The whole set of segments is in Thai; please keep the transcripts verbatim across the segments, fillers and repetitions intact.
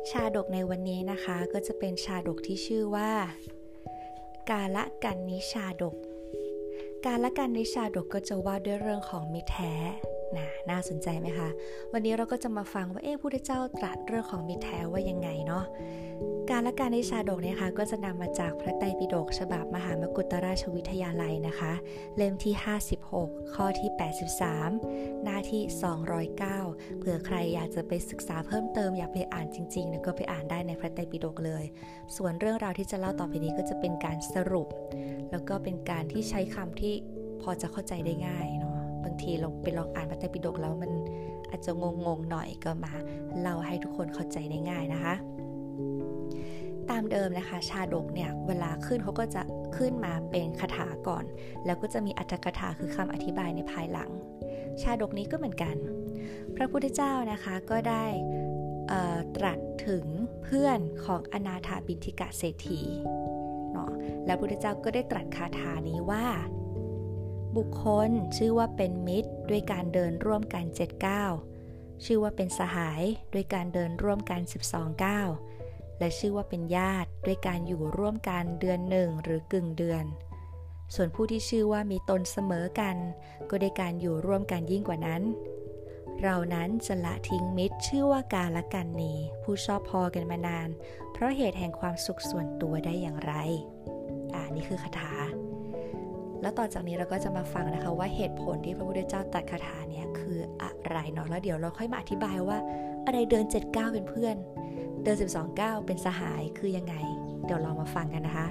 ชาดกในวันนี้นะคะก็จะเป็นชาดกที่ชื่อว่ากาลกันนิชาดกกาลกันนิชาดกก็จะว่าด้วยเรื่องของมิตรแท้นะน่าสนใจไหมคะวันนี้เราก็จะมาฟังว่าเอ๊ะพุทธเจ้าตรัสเรื่องของมิตรแท้ว่ายังไงเนาะกาลกันนิชาดกเนี่ยค่ะก็จะนำมาจากพระไตรปิฎกฉบับมหามกุฏราชวิทยาลัยนะคะเล่มที่ห้าสิบหกข้อที่แปดสิบสามหน้าที่สองร้อยเก้าเผื่อใครอยากจะไปศึกษาเพิ่มเติมอยากไปอ่านจริงๆเนี่ยก็ไปอ่านได้ในพระไตรปิฎกเลยส่วนเรื่องราวที่จะเล่าต่อไปนี้ก็จะเป็นการสรุปแล้วก็เป็นการที่ใช้คำที่พอจะเข้าใจได้ง่ายเนาะบางทีเราไปลองอ่านพระไตรปิฎกแล้วมันอาจจะงงๆหน่อยก็มาเล่าให้ทุกคนเข้าใจได้ง่ายนะคะตามเดิมนะคะชาดกเนี่ยเวลาขึ้นเขาก็จะขึ้นมาเป็นคาถาก่อนแล้วก็จะมีอรรถกถาคือคำอธิบายในภายหลังชาดกนี้ก็เหมือนกันพระพุทธเจ้านะคะก็ได้ตรัสถึงเพื่อนของอนาถบิณฑิกเศรษฐีเนาะแล้วพระพุทธเจ้าก็ได้ตรัสคาถานี้ว่าบุคคลชื่อว่าเป็นมิตรด้วยการเดินร่วมกันเจ็ดก้าวชื่อว่าเป็นสหายด้วยการเดินร่วมกันสิบสองก้าวและชื่อว่าเป็นญาติด้วยการอยู่ร่วมกันเดือนหนึ่งหรือกึ่งเดือนส่วนผู้ที่ชื่อว่ามีตนเสมอกันก็ได้การอยู่ร่วมกันยิ่งกว่านั้นเรานั้นจะละทิ้งมิตรชื่อว่ากาลกันนีผู้ชอบพอกันมานานเพราะเหตุแห่งความสุขส่วนตัวได้อย่างไรอ่านี่คือคาถาแล้วต่อจากนี้เราก็จะมาฟังนะคะว่าเหตุผลที่พระพุทธเจ้าตรัสคาถาเนี่ยคืออะไรเนาะแล้วเดี๋ยวเราค่อยมาอธิบายว่าอะไรเดินเจ็ดก้าวเป็นเพื่อนเดินสิบสองก้าวเป็นสหายคือยังไงเดี๋ยวเรามาฟังกันนะคะ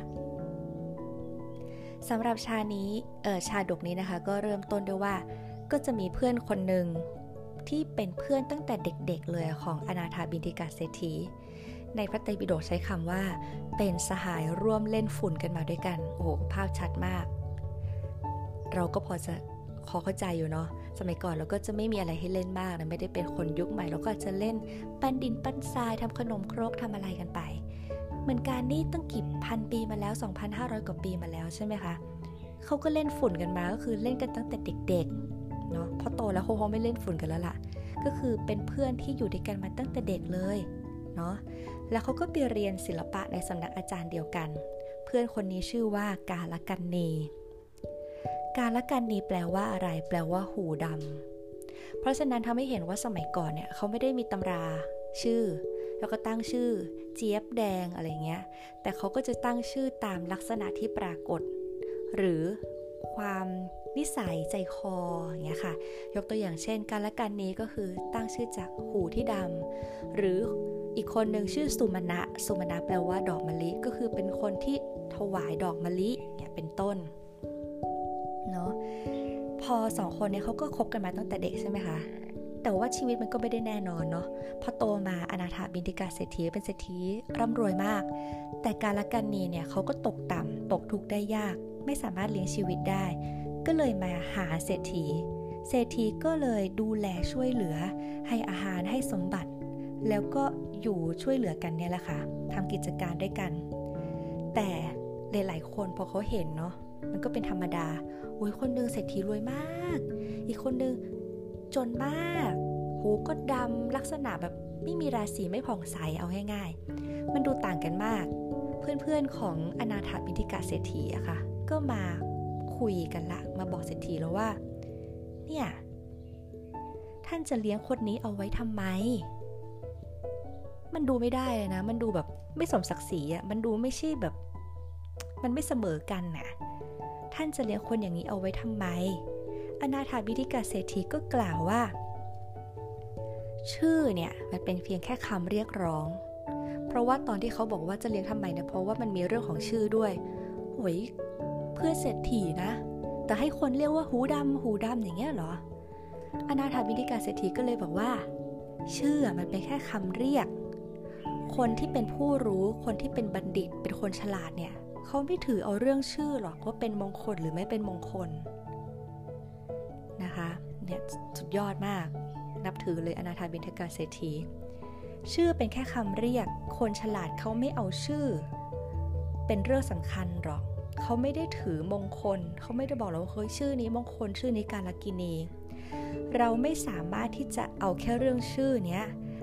สำหรับชานี้เออชาดกนี้นะคะก็เริ่มต้นด้วยว่าก็จะมีเพื่อนคนหนึ่งที่เป็นเพื่อนตั้งแต่เด็กๆเลยของอนาถบิณฑิกเศรษฐีในพระไตรปิฎกใช้คำว่าเป็นสหายร่วมเล่นฝุ่นกันมาด้วยกันโอ้โหภาพชัดมากเราก็พอจะขอเข้าใจอยู่เนาะสมัยก่อนเราก็จะไม่มีอะไรให้เล่นมากนะไม่ได้เป็นคนยุคใหม่เราก็จะเล่นปั้นดินปั้นทรายทำขนมครกทำอะไรกันไปเหมือนกันนี่ตั้งกี่พันปีมาแล้ว สองพันห้าร้อย กว่าปีมาแล้วใช่ไหมคะเขาก็เล่นฝุ่นกันมาก็คือเล่นกันตั้งแต่เด็กๆเนาะพอโตแล้วเขาคงไม่เล่นฝุ่นกันแล้วล่ะก็คือเป็นเพื่อนที่อยู่ด้วยกันมาตั้งแต่เด็กเลยเนาะแล้วเขาก็ไปเรียนศิลปะในสำนักอาจารย์เดียวกันเพื่อนคนนี้ชื่อว่ากาลกันนีกาลกันนีแปลว่าอะไรแปลว่าหูดำเพราะฉะนั้นทำให้เห็นว่าสมัยก่อนเนี่ยเขาไม่ได้มีตำราชื่อแล้วก็ตั้งชื่อเจี๊ยบแดงอะไรเงี้ยแต่เขาก็จะตั้งชื่อตามลักษณะที่ปรากฏหรือความนิสัยใจคออย่างเงี้ยค่ะยกตัวอย่างเช่นกาลกันนีก็คือตั้งชื่อจากหูที่ดำหรืออีกคนหนึ่งชื่อสุมาณะสุมาณะแปลว่าดอกมะลิก็คือเป็นคนที่ถวายดอกมะลิเนี่ยเป็นต้นเนาะพอสองคนเนี่ยเขาก็คบกันมาตั้งแต่เด็กใช่ไหมคะแต่ว่าชีวิตมันก็ไม่ได้แน่นอนเนาะพอโตมาอนาถบิณฑิกเศรษฐีเป็นเศรษฐีร่ำรวยมากแต่กาลกันนีเนี่ยเขาก็ตกต่ำตกทุกข์ได้ยากไม่สามารถเลี้ยงชีวิตได้ก็เลยมาหาเศรษฐีเศรษฐีก็เลยดูแลช่วยเหลือให้อาหารให้สมบัติแล้วก็อยู่ช่วยเหลือกันเนี่ยแหละค่ะทำกิจการด้วยกันแต่หลายๆคนพอเขาเห็นเนาะมันก็เป็นธรรมดาโอ้ยคนนึงเศรษฐีรวยมากอีกคนนึงจนมากหูก็ดำลักษณะแบบไม่มีราศีไม่ผ่องใสเอาง่ายๆมันดูต่างกันมากเพื่อนๆของอนาถบิณฑิกเศรษฐีอะค่ะก็มาคุยกันละมาบอกเศรษฐีแล้วว่าเนี่ยท่านจะเลี้ยงคนนี้เอาไว้ทำไมมันดูไม่ได้เลยนะมันดูแบบไม่สมศักดิ์ศรีอะมันดูไม่ใช่แบบมันไม่เสมอกันน่ะท่านจะเลี้ยงคนอย่างนี้เอาไว้ทำไมอนาถบิณฑิกเศรษฐีก็กล่าวว่าชื่อเนี่ยมันเป็นเพียงแค่คำเรียกร้องเพราะว่าตอนที่เขาบอกว่าจะเลี้ยงทำไมเนี่ยเพราะว่ามันมีเรื่องของชื่อด้วยโอ้ยเพื่อเศรษฐีนะแต่ให้คนเรียกว่าหูดำหูดำอย่างเงี้ยเหรออนาถบิณฑิกเศรษฐีก็เลยบอกว่าชื่อมันเป็นแค่คำเรียกคนที่เป็นผู้รู้คนที่เป็นบัณฑิตเป็นคนฉลาดเนี่ยเขาไม่ถือเอาเรื่องชื่อหรอกว่าเป็นมงคลหรือไม่เป็นมงคลนะคะเนี่ยสุดยอดมากนับถือเลยอนาถบิณฑิกเศรษฐีชื่อเป็นแค่คำเรียกคนฉลาดเขาไม่เอาชื่อเป็นเรื่องสำคัญหรอกเขาไม่ได้ถือมงคลเขาไม่ได้บอกเราว่าเฮ้ยชื่อนี้มงคลชื่อนี้กาลกินีเราไม่สามารถที่จะเอาแค่เรื่องชื่อเนี้ย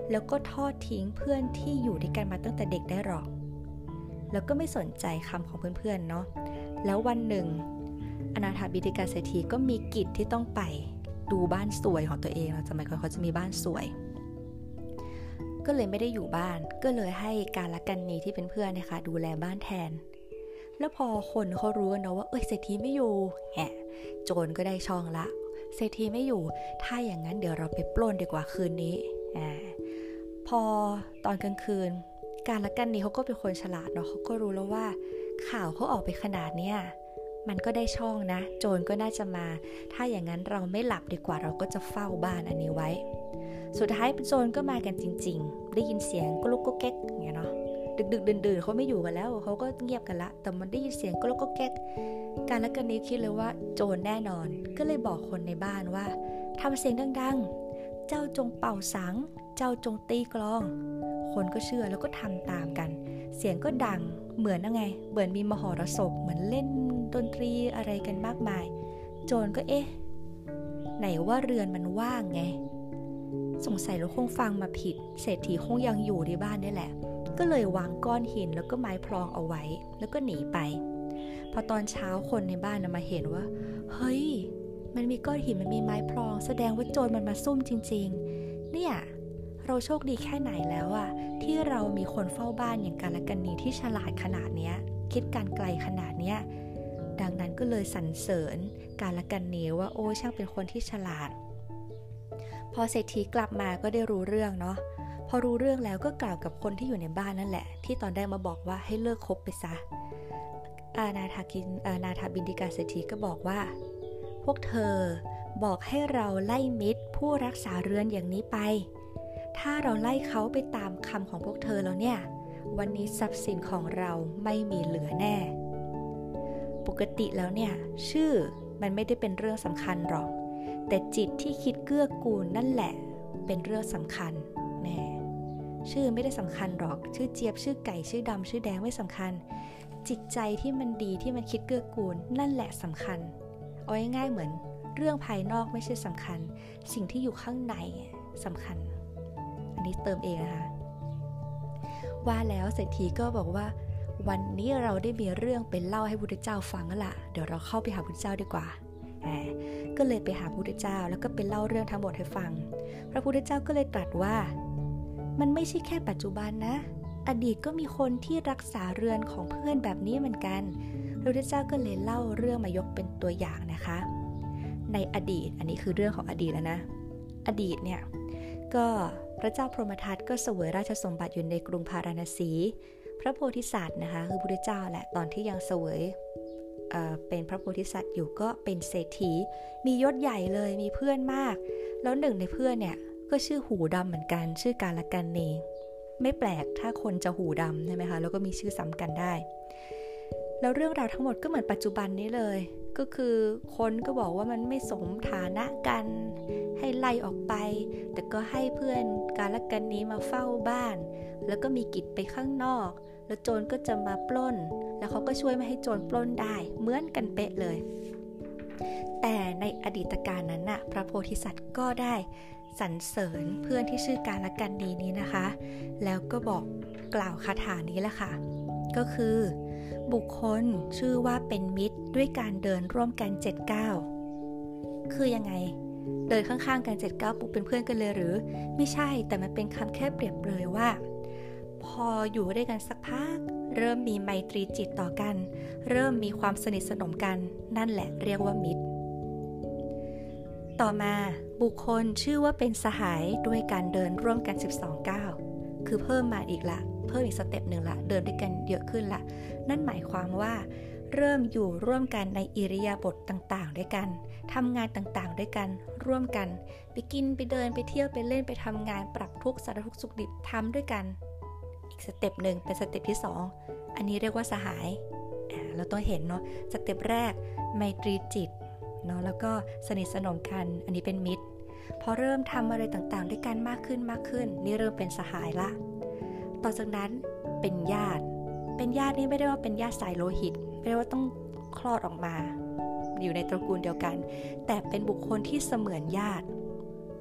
แล้วก็ทอดทิ้งเพื่อนที่อยู่ด้วยกันมาตั้งแต่เด็กได้หรอกแล้วก็ไม่สนใจคำของเพื่อนๆเนาะแล้ววันหนึ่งอนาถบิณฑิกาเศรษฐีก็มีกิจที่ต้องไปดูบ้านสวยของตัวเองสมัยก่อนเขาจะมีบ้านสวยก็เลยไม่ได้อยู่บ้านก็เลยให้การละกันนีที่เป็นเพื่อนเนี่ยค่ะดูแลบ้านแทนแล้วพอคนเขารู้กันเนาะว่าเอ้ยเศรษฐีไม่อยู่แหมโจรก็ได้ช่องละเศรษฐีไม่อยู่ถ้าอย่างนั้นเดี๋ยวเราไปปล้นดีกว่าคืนนี้อ่าพอตอนกลางคืนการละกันนีเขาก็เป็นคนฉลาดเนาะเขาก็รู้แล้วว่าข่าวเขาออกไปขนาดเนี้ยมันก็ได้ช่องนะโจรก็น่าจะมาถ้าอย่างนั้นเราไม่หลับดีกว่าเราก็จะเฝ้าบ้านอันนี้ไว้สุดท้ายโจรก็มากันจริงๆได้ยินเสียงกุลุกกุ๊กแก๊กอย่างเงี้ยเนาะดึกๆดื่นๆเขาไม่อยู่กันแล้วเขาก็เงียบกันละแต่มันได้ยินเสียงกุลุกกุ๊กแก๊กการละกันนี้คิดเลยว่าโจรแน่นอนก็เลยบอกคนในบ้านว่าทำเสียงดังๆเจ้าจงเป่าสังเจ้าจงตีกลองคนก็เชื่อแล้วก็ทำตามกันเสียงก็ดังเหมือนยังไงเหมือนมีมหรสพเหมือนเล่นดนตรีอะไรกันมากมายโจรก็เอ๊ะไหนว่าเรือนมันว่างไงสงสัยเราคงฟังมาผิดเศรษฐีคงยังอยู่ในบ้านนี่แหละก็เลยวางก้อนหินแล้วก็ไม้พลองเอาไว้แล้วก็หนีไปพอตอนเช้าคนในบ้านมาเห็นว่าเฮ้ยมันมีก้อนหินมันมีไม้พลองแสดงว่าโจรมันมาซุ่มจริงๆเนี่ยเราโชคดีแค่ไหนแล้วอะที่เรามีคนเฝ้าบ้านอย่างกาลกันนีที่ฉลาดขนาดเนี้ยคิดการไกลขนาดเนี้ยดังนั้นก็เลยสรรเสริญกาลกันนีว่าโอ้ช่างเป็นคนที่ฉลาดพอเศรษฐีกลับมาก็ได้รู้เรื่องเนาะพอรู้เรื่องแล้วก็กล่าวกับคนที่อยู่ในบ้านนั่นแหละที่ตอนแรกมาบอกว่าให้เลิกคบไปซะอานาถากินอานาถบิณฑิกาเศรษฐีก็บอกว่าพวกเธอบอกให้เราไล่มิตรผู้รักษาเรือนอย่างนี้ไปถ้าเราไล่เขาไปตามคำของพวกเธอแล้วเนี่ยวันนี้ทรัพย์สินของเราไม่มีเหลือแน่ปกติแล้วเนี่ยชื่อมันไม่ได้เป็นเรื่องสำคัญหรอกแต่จิตที่คิดเกื้อกูลนั่นแหละเป็นเรื่องสำคัญแน่ชื่อไม่ได้สำคัญหรอกชื่อเจี๊ยบชื่อไก่ชื่อดำชื่อแดงไม่สำคัญจิตใจที่มันดีที่มันคิดเกื้อกูลนั่นแหละสำคัญเอาง่ายๆเหมือนเรื่องภายนอกไม่ใช่สำคัญสิ่งที่อยู่ข้างในสำคัญอันนี้เติมเองนะคะว่าแล้วเศรษฐีก็บอกว่าวันนี้เราได้มีเรื่องไปเล่าให้พุทธเจ้าฟังแล้วล่ะเดี๋ยวเราเข้าไปหาพุทธเจ้าดีกว่าก็เลยไปหาพระพุทธเจ้าแล้วก็ไปเล่าเรื่องทั้งหมดให้ฟังพระพุทธเจ้าก็เลยตรัสว่ามันไม่ใช่แค่ปัจจุบันนะอดีตก็มีคนที่รักษาเรือนของเพื่อนแบบนี้เหมือนกันพระพุทธเจ้าก็เลยเล่าเรื่องมายกเป็นตัวอย่างนะคะในอดีตอันนี้คือเรื่องของอดีตแล้วนะอดีตเนี่ยก็พระเจ้าพรหมทัตก็เสวยราชสมบัติอยู่ในกรุงพาราณสีพระโพธิสัตว์นะคะคือพระพุทธเจ้าแหละตอนที่ยังเสวยเอ่อเป็นพระโพธิสัตว์อยู่ก็เป็นเศรษฐีมียศใหญ่เลยมีเพื่อนมากแล้วหนึ่งในเพื่อนเนี่ยก็ชื่อหูดำเหมือนกันชื่อกาลกันนีไม่แปลกถ้าคนจะหูดำใช่ไหมคะแล้วก็มีชื่อซ้ำกันได้แล้วเรื่องราวทั้งหมดก็เหมือนปัจจุบันนี้เลยก็คือคนก็บอกว่ามันไม่สมฐานะกันให้ไล่ออกไปแต่ก็ให้เพื่อนกาลกันนีมาเฝ้าบ้านแล้วก็มีกิจไปข้างนอกแล้วโจรก็จะมาปล้นแล้วเขาก็ช่วยไม่ให้โจรปล้นได้เหมือนกันเป๊ะเลยแต่ในอดีตการนั้นน่ะพระโพธิสัตว์ก็ได้สรรเสริญเพื่อนที่ชื่อกาลกันนีนี้นะคะแล้วก็บอกกล่าวคาถานี้แหละค่ะก็คือบุคคลชื่อว่าเป็นมิตรด้วยการเดินร่วมกันเจ็ดก้าวคือยังไงเดินข้างๆกันเจ็ดก้าวปุ๊บเป็นเพื่อนกันเลยหรือไม่ใช่แต่มันเป็นคำแค่เปรียบเลยว่าพออยู่ด้วยกันสักพักเริ่มมีไมตรีจิตต่อกันเริ่มมีความสนิทสนมกันนั่นแหละเรียกว่ามิตรต่อมาบุคคลชื่อว่าเป็นสหายด้วยการเดินร่วมกันสิบสองก้าวคือเพิ่มมาอีกละเพิ่มอีกสเต็ปหนึ่งละเดินด้วยกันเยอะขึ้นละนั่นหมายความว่าเริ่มอยู่ร่วมกันในอิริยาบถต่างๆด้วยกันทำงานต่างๆด้วยกันร่วมกันไปกินไปเดินไปเที่ยวไปเล่นไปทำงานปรับทุกข์สารทุกข์สุขดิบทำด้วยกันอีกสเต็ปหนึ่งเป็นสเต็ปที่สองอันนี้เรียกว่าสหายอ่าเราต้องเห็นเนาะสเต็ปแรกไมตรีจิตเนาะแล้วก็สนิทสนมกันอันนี้เป็นมิตรพอเริ่มทำอะไรต่างๆด้วยกันมากขึ้นมากขึ้นนี่เริ่มเป็นสหายละต่อจากนั้นเป็นญาติเป็นญาตินี่ไม่ได้ว่าเป็นญาติสายโลหิตไม่ได้ว่าต้องคลอดออกมาอยู่ในตระกูลเดียวกันแต่เป็นบุคคลที่เสมือนญาติ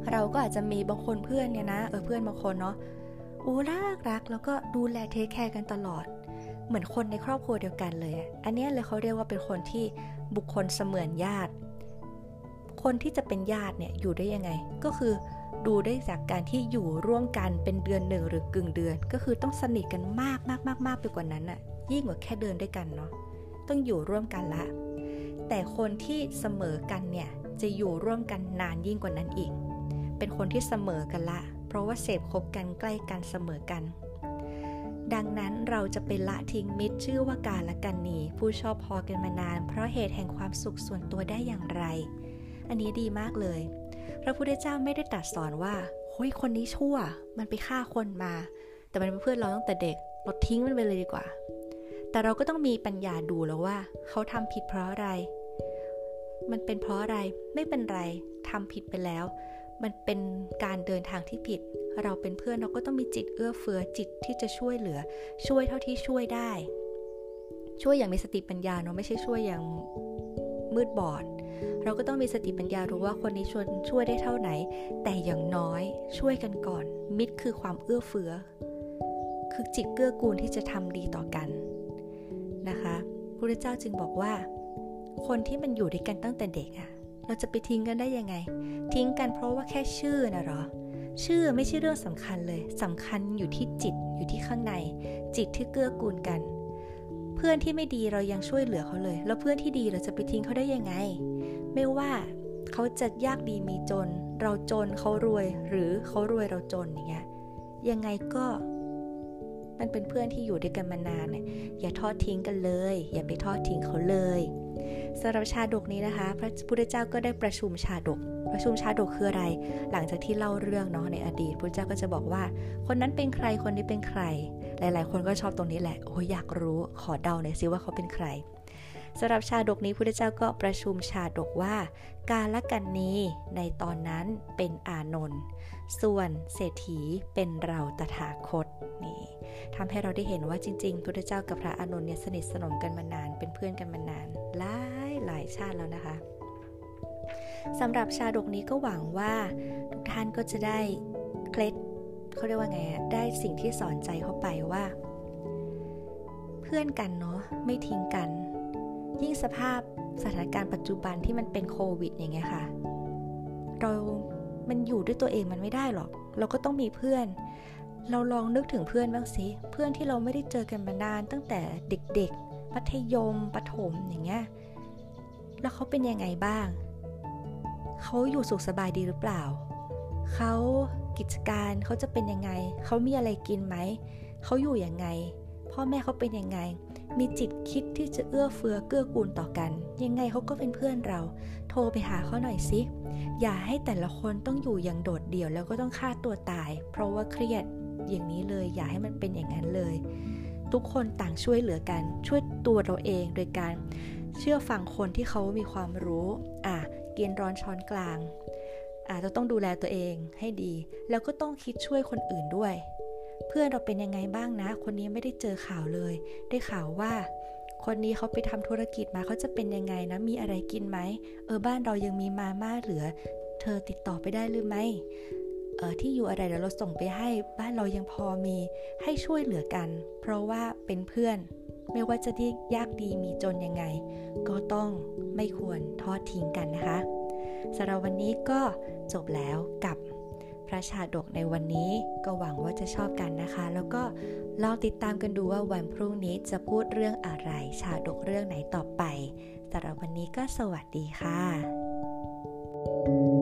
เราก็อาจจะมีบางคนเพื่อนเนี่ยนะเออเพื่อนบางคนเนาะโอ้รักรักแล้วก็ดูแลเทคแคร์กันตลอดเหมือนคนในครอบครัวเดียวกันเลยอันนี้เลยเขาเรียกว่าเป็นคนที่บุคคลเสมือนญาติคนที่จะเป็นญาติเนี่ยอยู่ได้ยังไงก็คือดูได้จากการที่อยู่ร่วมกันเป็นเดือนหนึ่งหรือกึ่งเดือนก็คือต้องสนิทกันมากมากมากมากไปกว่านั้นน่ะยิ่งกว่าแค่เดินด้วยกันเนาะต้องอยู่ร่วมกันละแต่คนที่เสมอกันเนี่ยจะอยู่ร่วมกันนานยิ่งกว่านั้นอีกเป็นคนที่เสมอกันละเพราะว่าเสพคบกันใกล้กันเสมอกันดังนั้นเราจะไปละทิ้งมิตรชื่อว่าการละกันนีผู้ชอบพอกันมานานเพราะเหตุแห่งความสุขส่วนตัวได้อย่างไรอันนี้ดีมากเลยพระพุทธเจ้าไม่ได้ตรัสสอนว่าเฮ้ยคนนี้ชั่วมันไปฆ่าคนมาแต่มันเป็นเพื่อนเราตั้งแต่เด็กเราทิ้งมันไปเลยดีกว่าแต่เราก็ต้องมีปัญญาดูแล้วว่าเขาทำผิดเพราะอะไรมันเป็นเพราะอะไรไม่เป็นไรทำผิดไปแล้วมันเป็นการเดินทางที่ผิดเราเป็นเพื่อนเราก็ต้องมีจิตเอื้อเฟื้อจิตที่จะช่วยเหลือช่วยเท่าที่ช่วยได้ช่วยอย่างมีสติปัญญาเนาะไม่ใช่ช่วยอย่างมืดบอดเราก็ต้องมีสติปัญญารู้ว่าคนนี้ชวนช่วยได้เท่าไหนแต่อย่างน้อยช่วยกันก่อนมิตรคือความเอื้อเฟื้อคือจิตเกื้อกูลที่จะทำดีต่อกันนะคะพระพุทธเจ้าจึงบอกว่าคนที่มันอยู่ด้วยกันตั้งแต่เด็กอะเราจะไปทิ้งกันได้ยังไงทิ้งกันเพราะว่าแค่ชื่อนะหรอชื่อไม่ใช่เรื่องสำคัญเลยสำคัญอยู่ที่จิตอยู่ที่ข้างในจิตที่เกื้อกูลกันเพื่อนที่ไม่ดีเรายังช่วยเหลือเขาเลยแล้วเพื่อนที่ดีเราจะไปทิ้งเขาได้ยังไงไม่ว่าเขาจะยากดีมีจนเราจนเขารวยหรือเขารวยเราจนอย่างเงี้ยยังไงก็มันเป็นเพื่อนที่อยู่ด้วยกันมานานเนี่ยอย่าทอดทิ้งกันเลยอย่าไปทอดทิ้งเขาเลยสำหรับชาดกนี้นะคะพระพุทธเจ้าก็ได้ประชุมชาดกประชุมชาดกคืออะไรหลังจากที่เล่าเรื่องเนาะในอดีตพระพุทธเจ้าก็จะบอกว่าคนนั้นเป็นใครคนนี้เป็นใครหลายๆคนก็ชอบตรงนี้แหละโอ้ยอยากรู้ขอเดาหน่อยสิว่าเขาเป็นใครสำหรับชาดกนี้พระพุทธเจ้าก็ประชุมชาดกว่ากาลกันนีในตอนนั้นเป็นอานนท์ส่วนเศรษฐีเป็นเราตถาคตนี่ทำให้เราได้เห็นว่าจริงๆพระพุทธเจ้ากับพระอานนท์เนี่ยสนิทสนมกันมานานเป็นเพื่อนกันมานานหลายหลายชาติแล้วนะคะสำหรับชาดกนี้ก็หวังว่าทุกท่านก็จะได้เคล็ดเขาเรียกว่าไงได้สิ่งที่สอนใจเข้าไปว่าเพื่อนกันเนาะไม่ทิ้งกันยิ่งสภาพสถานการณ์ปัจจุบันที่มันเป็นโควิดอย่างเงี้ยค่ะเรามันอยู่ด้วยตัวเองมันไม่ได้หรอกเราก็ต้องมีเพื่อนเราลองนึกถึงเพื่อนบ้างสิเพื่อนที่เราไม่ได้เจอกันมานานตั้งแต่เด็กๆมัธยมประถมอย่างเงี้ยแล้วเขาเป็นยังไงบ้างเขาอยู่สุขสบายดีหรือเปล่าเขากิจการเขาจะเป็นยังไงเขามีอะไรกินไหมเขาอยู่ยังไงพ่อแม่เขาเป็นยังไงมีจิตคิดที่จะเอื้อเฟื้อเกื้อกูลต่อกันยังไงเขาก็เป็นเพื่อนเราโทรไปหาเขาหน่อยสิอย่าให้แต่ละคนต้องอยู่อย่างโดดเดี่ยวแล้วก็ต้องฆ่าตัวตายเพราะว่าเครียดอย่างนี้เลยอย่าให้มันเป็นอย่างนั้นเลยทุกคนต่างช่วยเหลือกันช่วยตัวเราเองโดยการเชื่อฟังคนที่เขามีความรู้อ่ะกินร้อนช้อนกลางอาจจะต้องดูแลตัวเองให้ดีแล้วก็ต้องคิดช่วยคนอื่นด้วยเพื่อนเราเป็นยังไงบ้างนะคนนี้ไม่ได้เจอข่าวเลยได้ข่าวว่าคนนี้เขาไปทำธุรกิจมาเขาจะเป็นยังไงนะมีอะไรกินไหมเออบ้านเรายังมีมาม่าเหลือเธอติดต่อไปได้หรือไม่เออที่อยู่อะไรเดี๋ยวเราส่งไปให้บ้านเรายังพอมีให้ช่วยเหลือกันเพราะว่าเป็นเพื่อนไม่ว่าจะที่ยากดีมีจนยังไงก็ต้องไม่ควรทอดทิ้งกันนะคะสำหรับวันนี้ก็จบแล้วกับพระชาดกในวันนี้ก็หวังว่าจะชอบกันนะคะแล้วก็ลองติดตามกันดูว่าวันพรุ่งนี้จะพูดเรื่องอะไรชาดกเรื่องไหนต่อไปสำหรับวันนี้ก็สวัสดีค่ะ